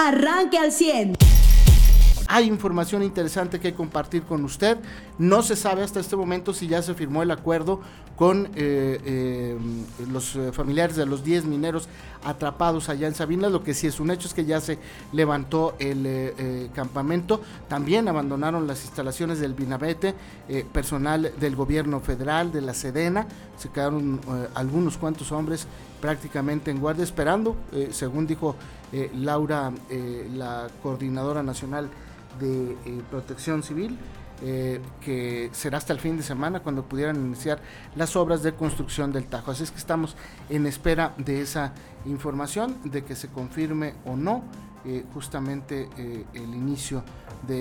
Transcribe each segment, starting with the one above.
arranque al 100. Hay información interesante que compartir con usted. No se sabe hasta este momento si ya se firmó el acuerdo con los familiares de los 10 mineros atrapados allá en Sabinas. Lo que sí es un hecho es que ya se levantó el campamento. También abandonaron las instalaciones del Binavete, personal del gobierno federal, de la Sedena. Se quedaron algunos cuantos hombres prácticamente en guardia esperando, según dijo Laura, la coordinadora nacional de protección civil, que será hasta el fin de semana cuando pudieran iniciar las obras de construcción del Tajo. Así es que estamos en espera de esa información, de que se confirme o no justamente el inicio de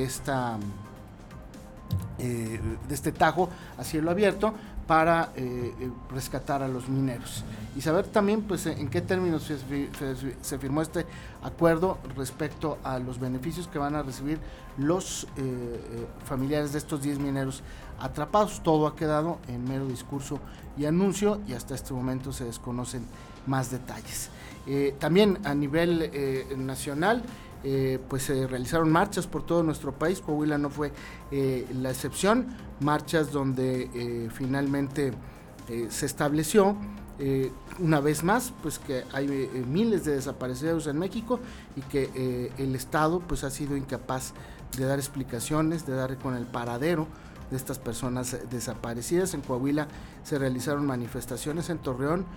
este Tajo a cielo abierto para rescatar a los mineros y saber también pues en qué términos se firmó este acuerdo respecto a los beneficios que van a recibir los familiares de estos 10 mineros atrapados. Todo ha quedado en mero discurso y anuncio y hasta este momento se desconocen más detalles. También a nivel nacional pues se realizaron marchas por todo nuestro país. Coahuila no fue la excepción, marchas donde finalmente se estableció una vez más pues que hay miles de desaparecidos en México y que el Estado pues ha sido incapaz de dar explicaciones, de dar con el paradero de estas personas desaparecidas. En Coahuila se realizaron manifestaciones en Torreón,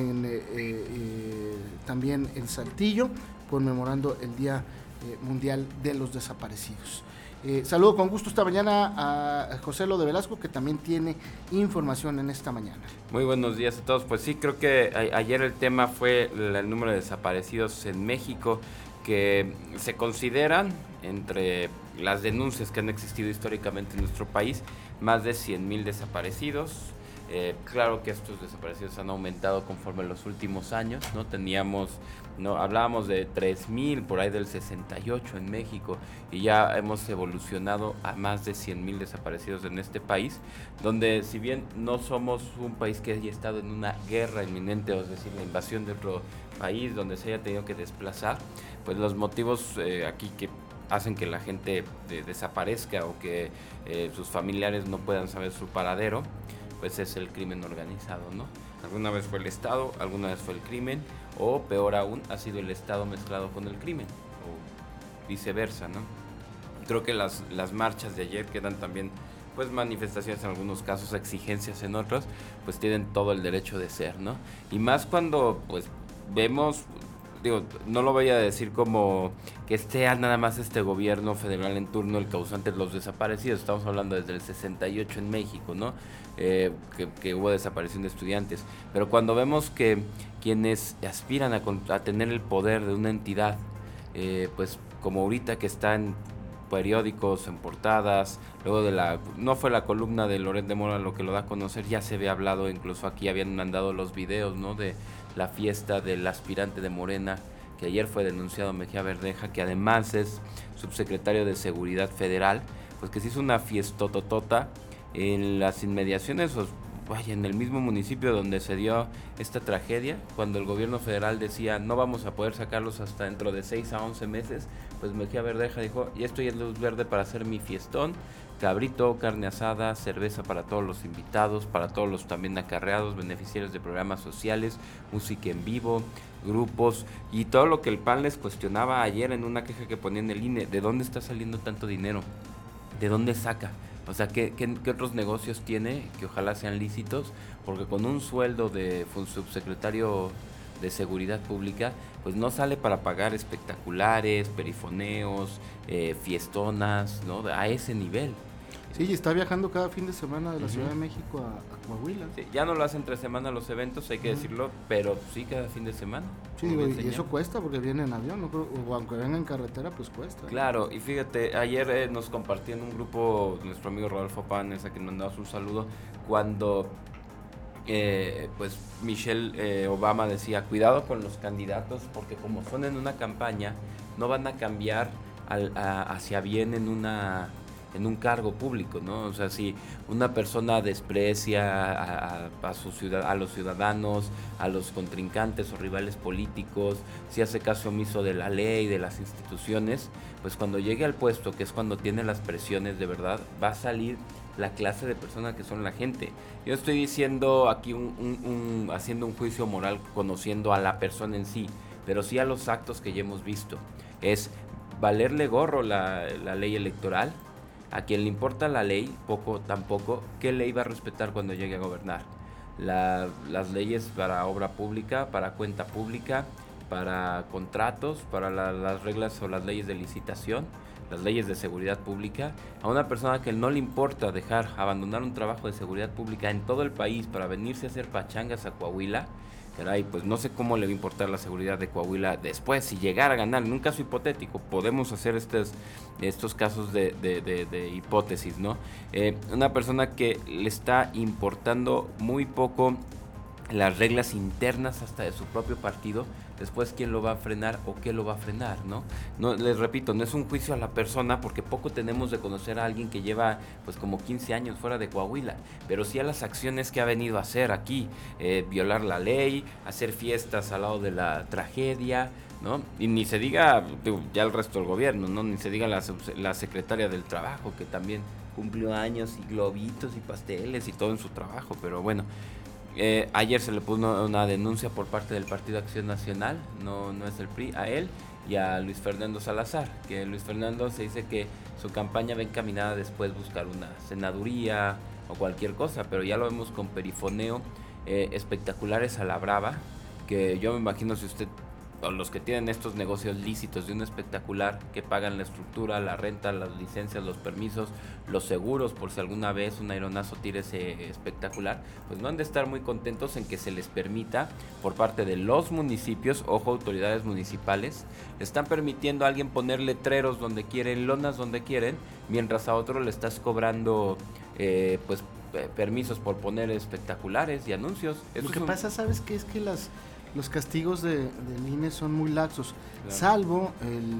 también en Saltillo, conmemorando el Día Mundial de los Desaparecidos. Saludo con gusto esta mañana a José Lo de Velasco, que también tiene información en esta mañana. Muy buenos días a todos. Pues sí, creo que ayer el tema fue el número de desaparecidos en México, que se consideran, entre las denuncias que han existido históricamente en nuestro país, más de 100,000 desaparecidos. Claro que estos desaparecidos han aumentado conforme los últimos años, ¿no? Hablábamos de 3,000 por ahí del 68 en México y ya hemos evolucionado a más de 100,000 desaparecidos en este país, donde si bien no somos un país que haya estado en una guerra inminente, o es decir, la invasión de otro país donde se haya tenido que desplazar, pues los motivos aquí que hacen que la gente desaparezca o que sus familiares no puedan saber su paradero, pues es el crimen organizado, ¿no? Alguna vez fue el Estado, alguna vez fue el crimen, o peor aún, ha sido el Estado mezclado con el crimen, o viceversa, ¿no? Creo que las marchas de ayer, que eran también pues manifestaciones en algunos casos, exigencias en otros, pues tienen todo el derecho de ser, ¿no? Y más cuando pues vemos, digo, no lo voy a decir como que sea nada más este gobierno federal en turno el causante de los desaparecidos. Estamos hablando desde el 68 en México, ¿no? Que hubo desaparición de estudiantes. Pero cuando vemos que quienes aspiran a tener el poder de una entidad, pues como ahorita que está en periódicos, en portadas, luego no fue la columna de Loret de Mola lo que lo da a conocer, ya se había hablado, incluso aquí habían mandado los videos, ¿no? De la fiesta del aspirante de Morena, que ayer fue denunciado, Mejía Verdeja, que además es subsecretario de Seguridad Federal, pues que se hizo una fiestototota en las inmediaciones, en el mismo municipio donde se dio esta tragedia, cuando el gobierno federal decía no vamos a poder sacarlos hasta dentro de 6 a 11 meses, pues Mejía Verdeja dijo, y esto ya es luz verde para hacer mi fiestón, cabrito, carne asada, cerveza para todos los invitados, para todos los también acarreados, beneficiarios de programas sociales, música en vivo, grupos, y todo lo que el PAN les cuestionaba ayer en una queja que ponía en el INE, ¿de dónde está saliendo tanto dinero? ¿De dónde saca? O sea, ¿qué otros negocios tiene que ojalá sean lícitos? Porque con un sueldo de subsecretario de Seguridad Pública, pues no sale para pagar espectaculares, perifoneos, fiestonas, ¿no? A ese nivel. Sí, y está viajando cada fin de semana de la Ciudad de México a Coahuila. Sí, ya no lo hacen entre semana los eventos, hay que decirlo, pero sí cada fin de semana. Sí, y eso cuesta porque viene en avión, ¿no? O aunque venga en carretera, pues cuesta. Claro, y fíjate, ayer nos compartió en un grupo nuestro amigo Rodolfo Páez, a quien mandamos un saludo, cuando pues Michelle Obama decía, cuidado con los candidatos, porque como son en una campaña, no van a cambiar hacia bien en en un cargo público, ¿no? O sea, si una persona desprecia a los ciudadanos, a los contrincantes o rivales políticos, si hace caso omiso de la ley, de las instituciones, pues cuando llegue al puesto, que es cuando tiene las presiones de verdad, va a salir la clase de persona que son la gente. Yo estoy diciendo aquí haciendo un juicio moral, conociendo a la persona en sí, pero sí a los actos que ya hemos visto. Es valerle gorro la ley electoral. A quien le importa la ley, poco tampoco, ¿qué ley va a respetar cuando llegue a gobernar? Las leyes para obra pública, para cuenta pública, para contratos, para las reglas o las leyes de licitación, las leyes de seguridad pública. A una persona que no le importa abandonar un trabajo de seguridad pública en todo el país para venirse a hacer pachangas a Coahuila, caray, pues no sé cómo le va a importar la seguridad de Coahuila después, si llegara a ganar. En un caso hipotético, podemos hacer estos casos de hipótesis, ¿no? Una persona que le está importando muy poco las reglas internas hasta de su propio partido, después quién lo va a frenar o qué lo va a frenar, ¿no? No, les repito, no es un juicio a la persona, porque poco tenemos de conocer a alguien que lleva pues como 15 años fuera de Coahuila, pero sí a las acciones que ha venido a hacer aquí, violar la ley, hacer fiestas al lado de la tragedia, ¿no? Y ni se diga ya el resto del gobierno, ¿no? Ni se diga la secretaria del trabajo, que también cumplió años, y globitos y pasteles y todo en su trabajo, pero bueno. Ayer se le puso una denuncia por parte del Partido Acción Nacional, no es el PRI, a él y a Luis Fernando Salazar, que Luis Fernando se dice que su campaña va encaminada después buscar una senaduría o cualquier cosa, pero ya lo vemos con perifoneo, espectaculares a la brava, que yo me imagino, si usted o los que tienen estos negocios lícitos de un espectacular, que pagan la estructura, la renta, las licencias, los permisos, los seguros, por si alguna vez un aeronazo tire ese espectacular, pues no han de estar muy contentos en que se les permita por parte de los municipios, ojo, autoridades municipales, están permitiendo a alguien poner letreros donde quieren, lonas donde quieren, mientras a otro le estás cobrando permisos por poner espectaculares y anuncios. Lo que pasa, ¿sabes qué? Es que los castigos del INE son muy laxos, claro. Salvo el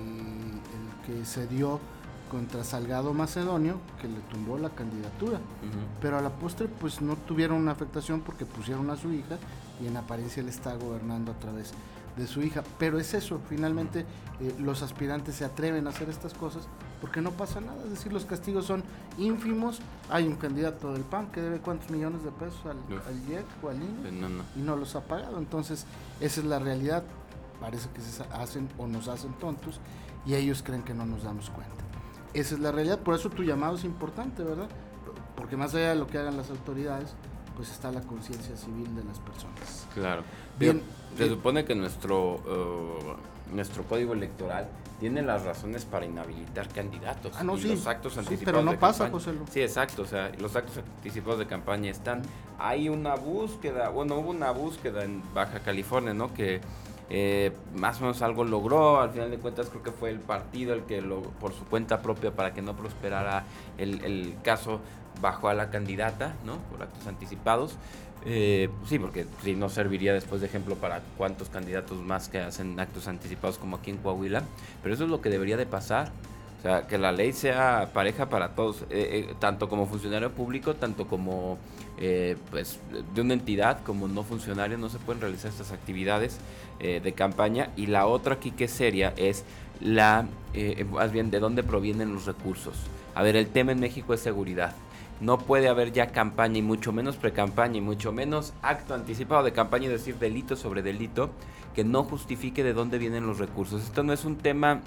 que se dio contra Salgado Macedonio, que le tumbó la candidatura, pero a la postre pues no tuvieron una afectación porque pusieron a su hija y en apariencia él está gobernando a través de su hija, pero es eso, finalmente los aspirantes se atreven a hacer estas cosas porque no pasa nada, es decir, los castigos son ínfimos. Hay un candidato del PAN que debe cuántos millones de pesos al IEC o al INE y no los ha pagado, entonces esa es la realidad. Parece que se hacen o nos hacen tontos y ellos creen que no nos damos cuenta. Esa es la realidad, por eso tu llamado es importante, ¿verdad? Porque más allá de lo que hagan las autoridades, pues está la conciencia civil de las personas. Claro. Bien, se supone que nuestro código electoral tiene las razones para inhabilitar candidatos. No, y sí, los actos anticipados pero no de pasa, campaña. José Lu. Sí, exacto, o sea, los actos anticipados de campaña están. Hay una búsqueda, hubo una búsqueda en Baja California, ¿no? Que más o menos algo logró. Al final de cuentas creo que fue el partido el que por su cuenta propia, para que no prosperara el caso, bajó a la candidata, ¿no? Por actos anticipados. Sí, porque si no serviría después de ejemplo para cuántos candidatos más que hacen actos anticipados como aquí en Coahuila, pero eso es lo que debería de pasar. O sea, que la ley sea pareja para todos, tanto como funcionario público, tanto como pues de una entidad, como no funcionario, no se pueden realizar estas actividades de campaña. Y la otra aquí que es seria es más bien de dónde provienen los recursos. A ver, el tema en México es seguridad. No puede haber ya campaña, y mucho menos pre-campaña, y mucho menos acto anticipado de campaña, y decir delito sobre delito, que no justifique de dónde vienen los recursos. Esto no es un tema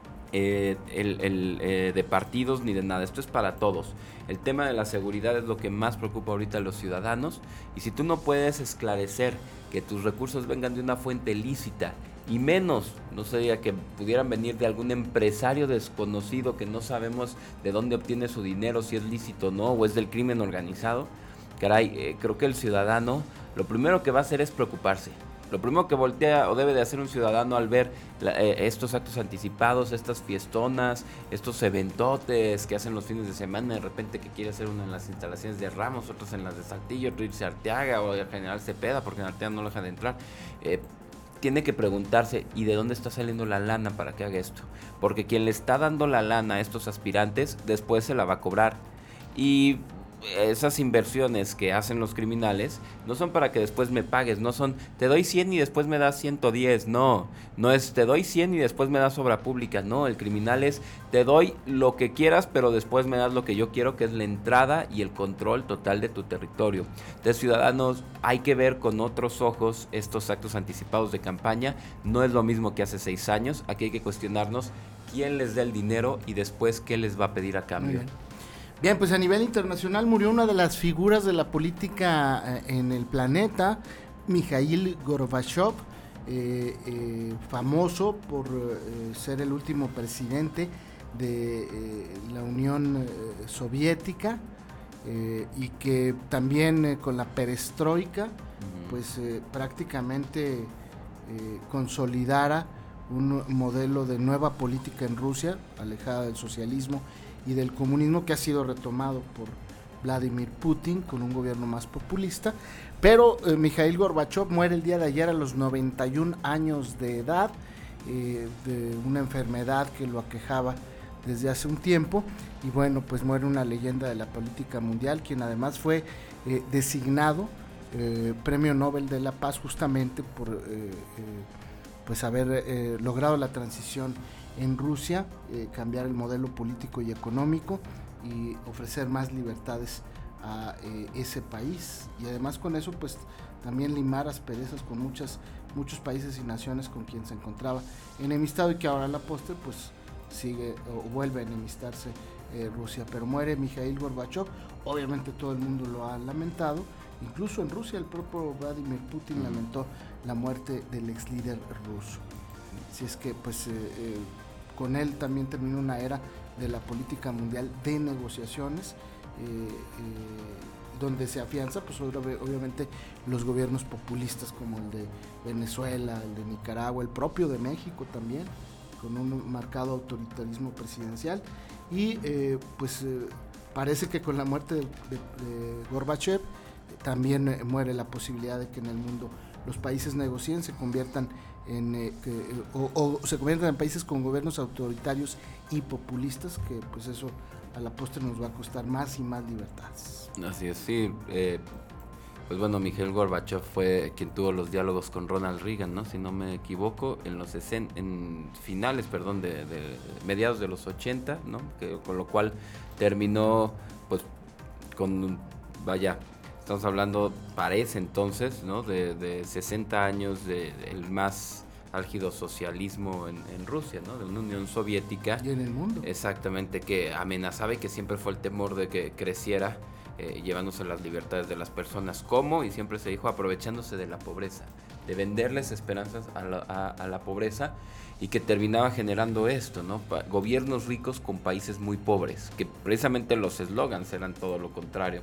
de partidos ni de nada, esto es para todos. El tema de la seguridad es lo que más preocupa ahorita a los ciudadanos, y si tú no puedes esclarecer que tus recursos vengan de una fuente lícita, y menos, no sé, que pudieran venir de algún empresario desconocido que no sabemos de dónde obtiene su dinero, si es lícito o no, o es del crimen organizado, caray, creo que el ciudadano lo primero que va a hacer es preocuparse. Lo primero que voltea o debe de hacer un ciudadano al ver estos actos anticipados, estas fiestonas, estos eventotes que hacen los fines de semana, de repente que quiere hacer uno en las instalaciones de Ramos, otros en las de Saltillo, otro irse a Arteaga o a General Cepeda, porque en Arteaga no lo dejan de entrar, tiene que preguntarse, ¿y de dónde está saliendo la lana para que haga esto? Porque quien le está dando la lana a estos aspirantes, después se la va a cobrar. Y esas inversiones que hacen los criminales no son para que después me pagues, no son te doy 100 y después me das 110, no es te doy 100 y después me das obra pública, no, el criminal es te doy lo que quieras pero después me das lo que yo quiero, que es la entrada y el control total de tu territorio. Entonces, ciudadanos, hay que ver con otros ojos estos actos anticipados de campaña, no es lo mismo que hace 6 años, aquí hay que cuestionarnos quién les da el dinero y después qué les va a pedir a cambio. Bien, pues a nivel internacional murió una de las figuras de la política en el planeta, Mikhail Gorbachev, famoso por ser el último presidente de la Unión Soviética, y que también con la perestroika pues prácticamente consolidara un modelo de nueva política en Rusia, alejada del socialismo y del comunismo, que ha sido retomado por Vladimir Putin con un gobierno más populista. Pero Mikhail Gorbachev muere el día de ayer a los 91 años de edad, de una enfermedad que lo aquejaba desde hace un tiempo, y bueno, pues muere una leyenda de la política mundial, quien además fue designado Premio Nobel de la Paz justamente por pues haber logrado la transición en Rusia, cambiar el modelo político y económico y ofrecer más libertades a ese país, y además con eso pues también limar asperezas con muchos países y naciones con quien se encontraba enemistado, y que ahora a la postre pues sigue o vuelve a enemistarse Rusia. Pero muere Mikhail Gorbachev, obviamente todo el mundo lo ha lamentado, incluso en Rusia el propio Vladimir Putin lamentó la muerte del ex líder ruso. Así es que pues con él también terminó una era de la política mundial de negociaciones, donde se afianza pues obviamente los gobiernos populistas como el de Venezuela, el de Nicaragua, el propio de México también, con un marcado autoritarismo presidencial. Y parece que con la muerte de Gorbachev también muere la posibilidad de que en el mundo los países negocien, se conviertan se conviertan en países con gobiernos autoritarios y populistas, que pues eso a la postre nos va a costar más y más libertades. Así es, sí. Pues bueno, Mikhail Gorbachev fue quien tuvo los diálogos con Ronald Reagan, ¿no? Si no me equivoco, en finales, de mediados de los 80, ¿no? Con lo cual terminó, pues, estamos hablando, parece entonces, ¿no? De 60 años del más álgido socialismo en Rusia, ¿no? De una Unión Soviética. Y en el mundo. Exactamente, que amenazaba y que siempre fue el temor de que creciera, llevándose las libertades de las personas. ¿Cómo? Y siempre se dijo, aprovechándose de la pobreza, de venderles esperanzas a la pobreza, y que terminaba generando esto, ¿no? Gobiernos ricos con países muy pobres, que precisamente los eslogans eran todo lo contrario.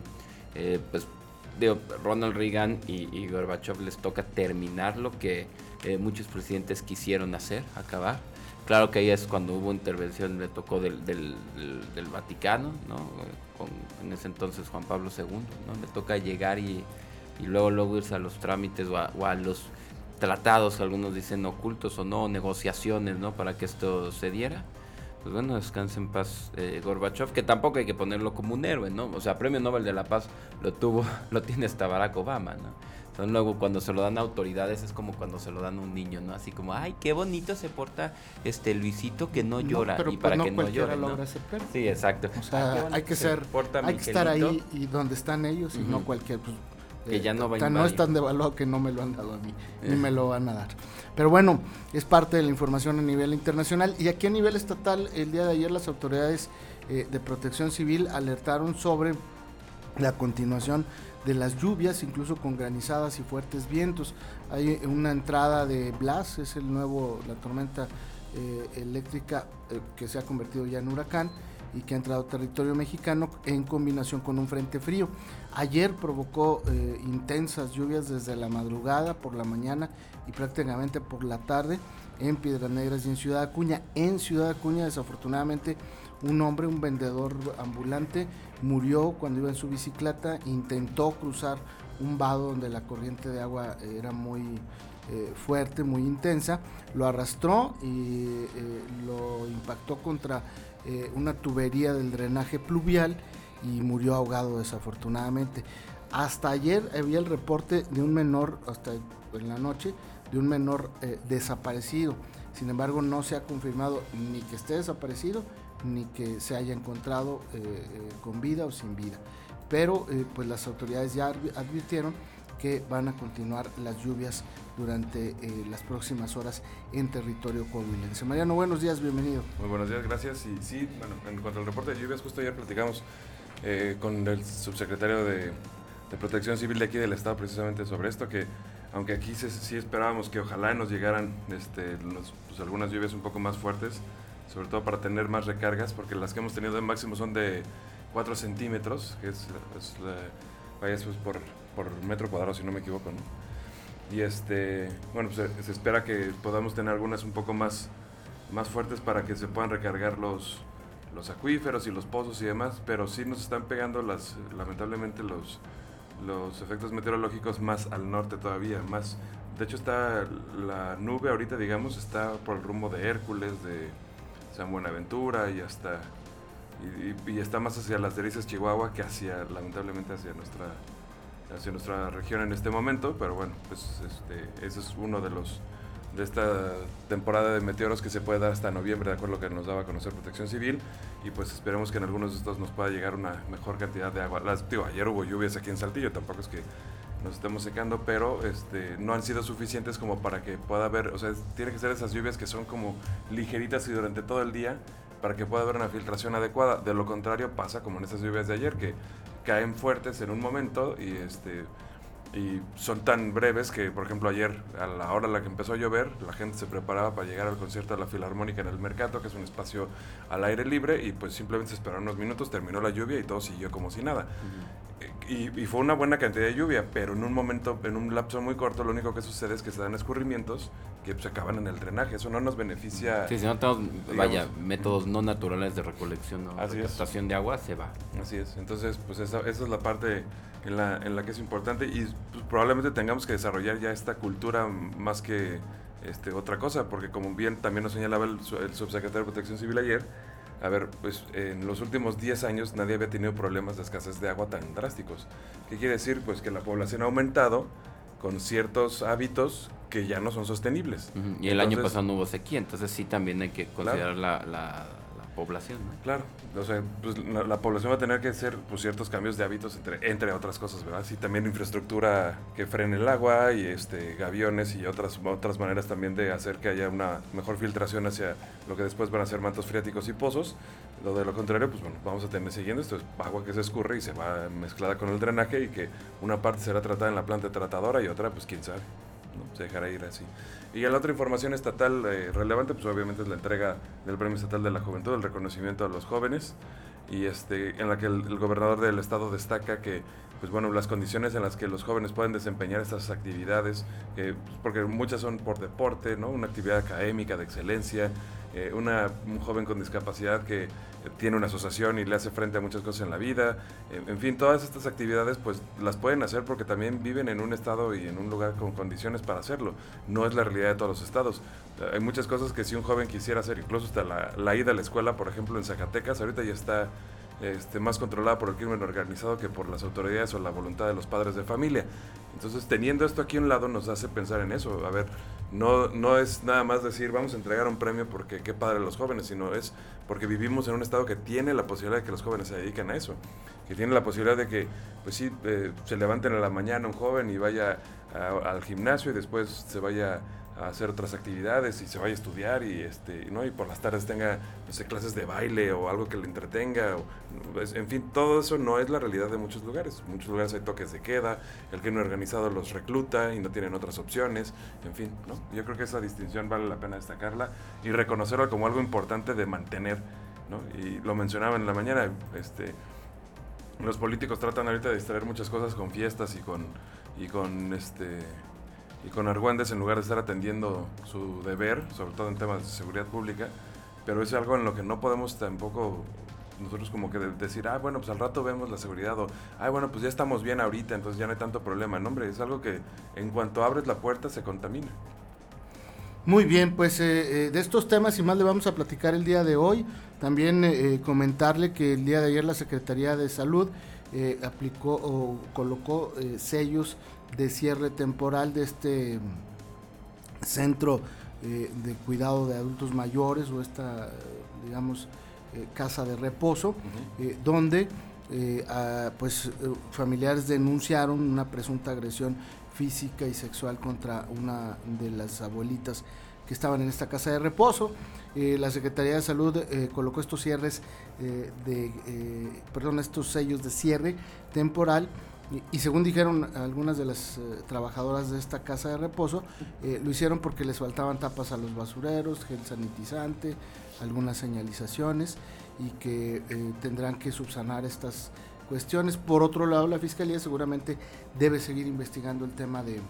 Ronald Reagan y Gorbachev les toca terminar lo que muchos presidentes quisieron acabar. Claro que ahí es cuando hubo intervención, le tocó del Vaticano, ¿no? En ese entonces Juan Pablo II, ¿no? Le toca llegar y luego irse a los trámites o a los tratados, algunos dicen ocultos o no, negociaciones, ¿no? Para que esto se diera. Pues bueno, descanse en paz Gorbachev, que tampoco hay que ponerlo como un héroe, ¿no? O sea, Premio Nobel de la Paz lo tiene hasta Barack Obama, ¿no? Entonces, luego cuando se lo dan a autoridades es como cuando se lo dan a un niño, ¿no? Así como, ay, qué bonito se porta Luisito, que no llora, pero y para no que no llore, ¿no? logra ese premio. Sí, exacto. O sea, hay que estar ahí y donde están ellos, y no cualquier, pues, que ya no va a invadir. No es tan devaluado que no me lo han dado a mí, ni me lo van a dar. Pero bueno, es parte de la información a nivel internacional. Y aquí a nivel estatal, el día de ayer las autoridades de protección civil alertaron sobre la continuación de las lluvias, incluso con granizadas y fuertes vientos. Hay una entrada de Blas, es la tormenta eléctrica que se ha convertido ya en huracán y que ha entrado a territorio mexicano en combinación con un frente frío. Ayer provocó intensas lluvias desde la madrugada, por la mañana y prácticamente por la tarde en Piedras Negras y en Ciudad Acuña. En Ciudad Acuña, desafortunadamente, un vendedor ambulante, murió cuando iba en su bicicleta, intentó cruzar un vado donde la corriente de agua era muy fuerte, muy intensa, lo arrastró y lo impactó contra una tubería del drenaje pluvial y murió ahogado desafortunadamente. Hasta ayer había el reporte de un menor, hasta en la noche, de un menor desaparecido. Sin embargo, no se ha confirmado ni que esté desaparecido ni que se haya encontrado con vida o sin vida. Pero pues las autoridades ya advirtieron que van a continuar las lluvias durante las próximas horas en territorio coahuilense. Mariano, buenos días, bienvenido. Muy buenos días, gracias. Y sí, bueno, en cuanto al reporte de lluvias, justo ayer platicamos con el subsecretario de Protección Civil de aquí del estado precisamente sobre esto, que aunque aquí sí esperábamos que ojalá nos llegaran pues algunas lluvias un poco más fuertes, sobre todo para tener más recargas, porque las que hemos tenido de máximo son de 4 centímetros, que vaya pues por metro cuadrado, si no me equivoco, ¿no? Y bueno, pues se espera que podamos tener algunas un poco más fuertes para que se puedan recargar los acuíferos y los pozos y demás, pero sí nos están pegando lamentablemente los efectos meteorológicos más al norte todavía, más. De hecho está la nube ahorita, digamos, está por el rumbo de Hércules, de San Buenaventura y hasta y está más hacia las Delicias, Chihuahua, que lamentablemente hacia nuestra región en este momento, pero bueno, pues ese es uno de esta temporada de meteoros que se puede dar hasta noviembre, de acuerdo a lo que nos daba a conocer Protección Civil, y pues esperemos que en algunos de estos nos pueda llegar una mejor cantidad de agua. Ayer hubo lluvias aquí en Saltillo, tampoco es que nos estemos secando, pero no han sido suficientes como para que pueda haber, o sea, tiene que ser esas lluvias que son como ligeritas y durante todo el día, para que pueda haber una filtración adecuada. De lo contrario pasa como en estas lluvias de ayer, que caen fuertes en un momento y son tan breves que, por ejemplo, ayer a la hora en la que empezó a llover, la gente se preparaba para llegar al concierto de la Filarmónica en el Mercato, que es un espacio al aire libre, y pues simplemente se esperaron unos minutos, terminó la lluvia y todo siguió como si nada. Y fue una buena cantidad de lluvia, pero en un lapso muy corto, lo único que sucede es que se dan escurrimientos que pues acaban en el drenaje. Eso no nos beneficia. Sí, si no tenemos, métodos no naturales de recolección o captación de agua, se va. Así es. Entonces, pues esa es la parte en la que es importante, y pues, probablemente tengamos que desarrollar ya esta cultura más que otra cosa, porque como bien también nos señalaba el subsecretario de Protección Civil ayer, a ver, pues en los últimos 10 años nadie había tenido problemas de escasez de agua tan drásticos. ¿Qué quiere decir? Pues que la población ha aumentado con ciertos hábitos que ya no son sostenibles. Y el año pasado no hubo sequía, entonces sí también hay que considerar la población, ¿no? Claro, o sea, pues la población va a tener que hacer pues, ciertos cambios de hábitos entre otras cosas, ¿verdad? Sí, también infraestructura que frene el agua y gaviones y otras maneras también de hacer que haya una mejor filtración hacia lo que después van a ser mantos freáticos y pozos. De lo contrario, pues bueno, vamos a tener siguiendo esto, es agua que se escurre y se va mezclada con el drenaje, y que una parte será tratada en la planta tratadora y otra, pues quién sabe, ¿no? Se dejará ir así. Y la otra información estatal relevante, pues obviamente es la entrega del Premio Estatal de la Juventud, el reconocimiento a los jóvenes, y en la que el gobernador del estado destaca que, pues bueno, las condiciones en las que los jóvenes pueden desempeñar estas actividades, porque muchas son por deporte, ¿no? Una actividad académica de excelencia, un joven con discapacidad que tiene una asociación y le hace frente a muchas cosas en la vida, en fin, todas estas actividades pues las pueden hacer porque también viven en un estado y en un lugar con condiciones para hacerlo. No es la realidad de todos los estados. Hay muchas cosas que si un joven quisiera hacer, incluso hasta la ida a la escuela, por ejemplo en Zacatecas, ahorita ya está más controlada por el crimen organizado que por las autoridades o la voluntad de los padres de familia. Entonces, teniendo esto aquí a un lado, nos hace pensar en eso. A ver, no es nada más decir vamos a entregar un premio porque qué padre los jóvenes, sino es porque vivimos en un estado que tiene la posibilidad de que los jóvenes se dediquen a eso, que tiene la posibilidad de que, pues sí, se levanten a la mañana un joven y vaya al gimnasio y después se vaya a hacer otras actividades y se vaya a estudiar y ¿no? Y por las tardes tenga, no sé, clases de baile o algo que le entretenga, en fin, todo eso no es la realidad de muchos lugares. En muchos lugares hay toques de queda, el crimen organizado los recluta y no tienen otras opciones, en fin, ¿no? Yo creo que esa distinción vale la pena destacarla y reconocerla como algo importante de mantener, ¿no? Y lo mencionaba en la mañana, los políticos tratan ahorita de distraer muchas cosas con fiestas y con argüendes en lugar de estar atendiendo su deber, sobre todo en temas de seguridad pública, pero es algo en lo que no podemos tampoco nosotros como que decir, bueno, pues al rato vemos la seguridad, o, bueno, pues ya estamos bien ahorita, entonces ya no hay tanto problema. No, hombre, es algo que en cuanto abres la puerta se contamina. Muy bien, pues de estos temas y más le vamos a platicar el día de hoy. También comentarle que el día de ayer la Secretaría de Salud aplicó o colocó sellos de cierre temporal de este centro de cuidado de adultos mayores o esta, digamos, casa de reposo, donde familiares denunciaron una presunta agresión física y sexual contra una de las abuelitas que estaban en esta casa de reposo. La Secretaría de Salud colocó estos cierres estos sellos de cierre temporal y según dijeron algunas de las trabajadoras de esta casa de reposo, lo hicieron porque les faltaban tapas a los basureros, gel sanitizante, algunas señalizaciones y que tendrán que subsanar estas cuestiones. Por otro lado, la Fiscalía seguramente debe seguir investigando el tema de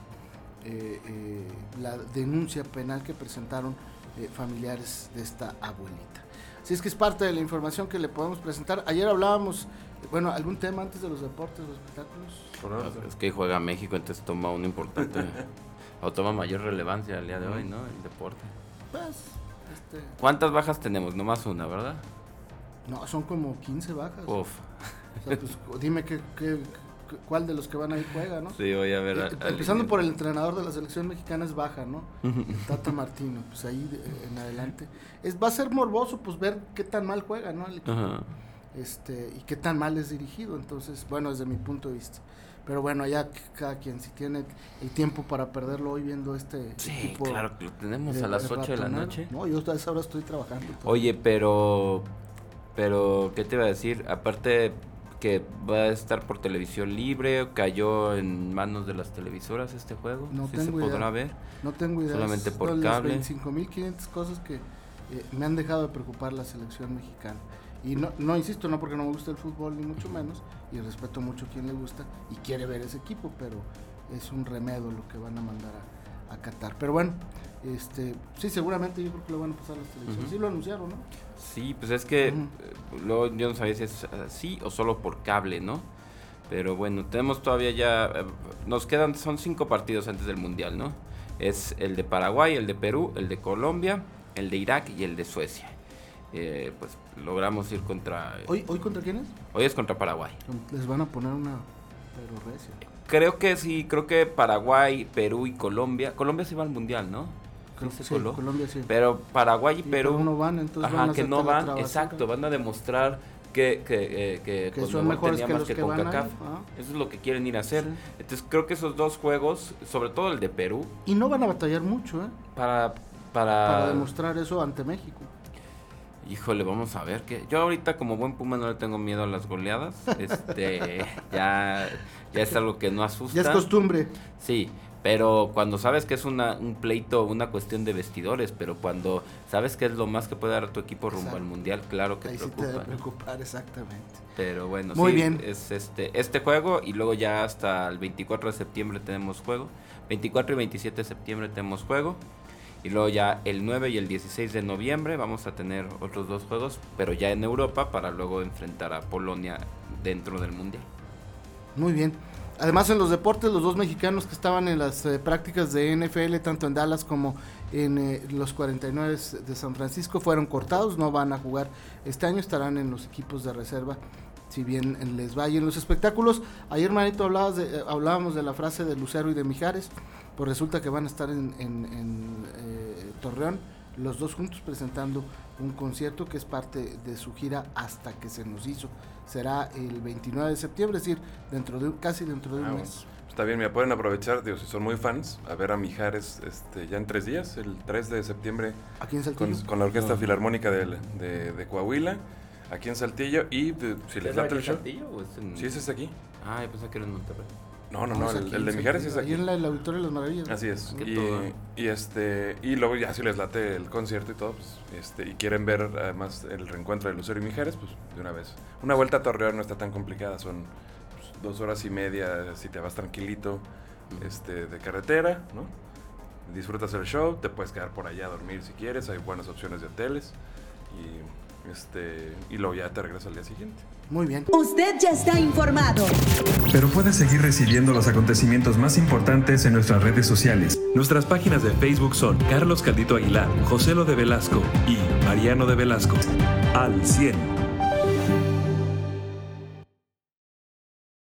la denuncia penal que presentaron familiares de esta abuelita. Así es que es parte de la información que le podemos presentar. Ayer hablábamos, algún tema antes de los deportes, los espectáculos. Es que juega México, entonces toma un importante o toma mayor relevancia el día de hoy, ¿no? El deporte. Pues, ¿Cuántas bajas tenemos? Nomás una, ¿verdad? No, son como 15 bajas. Uf. O sea, pues, dime cuál de los que van ahí juega, ¿no? Sí, voy a ver. Empezando por el entrenador de la selección mexicana es baja, ¿no? Tata Martino, pues ahí en adelante. Va a ser morboso, pues ver qué tan mal juega, ¿no? El equipo. Ajá. Y qué tan mal es dirigido, entonces, desde mi punto de vista. Pero allá cada quien, si tiene el tiempo para perderlo hoy viendo Sí, equipo, claro que lo tenemos a las 8 de la noche. No, yo a esa hora estoy trabajando. Oye, pero, ¿qué te iba a decir? Aparte que va a estar por televisión libre, cayó en manos de las televisoras este juego. No ¿Sí tengo se podrá idea. ver? No tengo idea. Solamente por las cable. 25.500 cosas que me han dejado de preocupar la selección mexicana. Y no insisto, no porque no me gusta el fútbol ni mucho menos, y respeto mucho a quien le gusta y quiere ver ese equipo, pero es un remedio lo que van a mandar a Qatar. Pero sí, seguramente yo creo que lo van a pasar a las televisiones. Sí lo anunciaron, ¿no? Sí, pues es que luego yo no sabía si es así o solo por cable, ¿no? Pero bueno, tenemos todavía nos quedan, son 5 partidos antes del Mundial, ¿no? Es el de Paraguay, el de Perú, el de Colombia, el de Irak y el de Suecia. Pues logramos ir contra... ¿Hoy contra quién es? Hoy es contra Paraguay. Les van a poner una pero recia. Creo que sí, creo que Paraguay, Perú y Colombia. Colombia se va al Mundial, ¿no? Sí, Colombia sí. Pero Paraguay y Perú... Pero no van, entonces van a que no van, exacto, van a demostrar que son mejores que los que van CONCACAF. Eso es lo que quieren ir a hacer. Sí. Entonces creo que esos 2 juegos, sobre todo el de Perú... Y no van a batallar mucho, para demostrar eso ante México. Híjole, vamos a ver que yo ahorita como buen Puma no le tengo miedo a las goleadas. Ya es algo que no asusta. Ya es costumbre. Sí, pero cuando sabes que es un pleito, una cuestión de vestidores, pero cuando sabes que es lo más que puede dar a tu equipo rumbo al Mundial, claro que ahí preocupa. Sí te debe preocupar, exactamente. Pero bueno, muy sí, bien. Es este juego y luego ya hasta el 24 de septiembre tenemos juego. 24 y 27 de septiembre tenemos juego. Y luego ya el 9 y el 16 de noviembre vamos a tener otros 2 juegos, pero ya en Europa para luego enfrentar a Polonia dentro del Mundial. Muy bien. Además en los deportes, los 2 mexicanos que estaban en las prácticas de NFL, tanto en Dallas como en los 49 de San Francisco, fueron cortados, no van a jugar este año, estarán en los equipos de reserva, si bien les va. Y en los espectáculos, ayer Manito hablábamos de la frase de Lucero y de Mijares, pues resulta que van a estar en Torreón, los 2 juntos presentando un concierto que es parte de su gira Hasta que se nos hizo. Será el 29 de septiembre, es decir, casi dentro de un mes. Está bien, me pueden aprovechar, si son muy fans, a ver a Mijares ya en 3 días, el 3 de septiembre. Aquí en Saltillo. Con la Orquesta Filarmónica de Coahuila, aquí en Saltillo, y si les late el show. ¿Saltillo o es en... Sí, ese es aquí. Ah, yo pensé que era en Monterrey. No, el de Mijares es aquí. Ahí en el Auditorio de las Maravillas. Así es. Y luego ya si les late el concierto y todo, pues, y quieren ver además el reencuentro de Lucero y Mijares, pues de una vez. Una vuelta a Torreón no está tan complicada, son 2 horas y media si te vas tranquilito de carretera, ¿no? Disfrutas el show, te puedes quedar por allá a dormir si quieres, hay buenas opciones de hoteles y luego ya te regresas al día siguiente. Muy bien. Usted ya está informado. Pero puedes seguir recibiendo los acontecimientos más importantes en nuestras redes sociales. Nuestras páginas de Facebook son Carlos Caldito Aguilar, José Lo de Velasco y Mariano de Velasco. Al 100.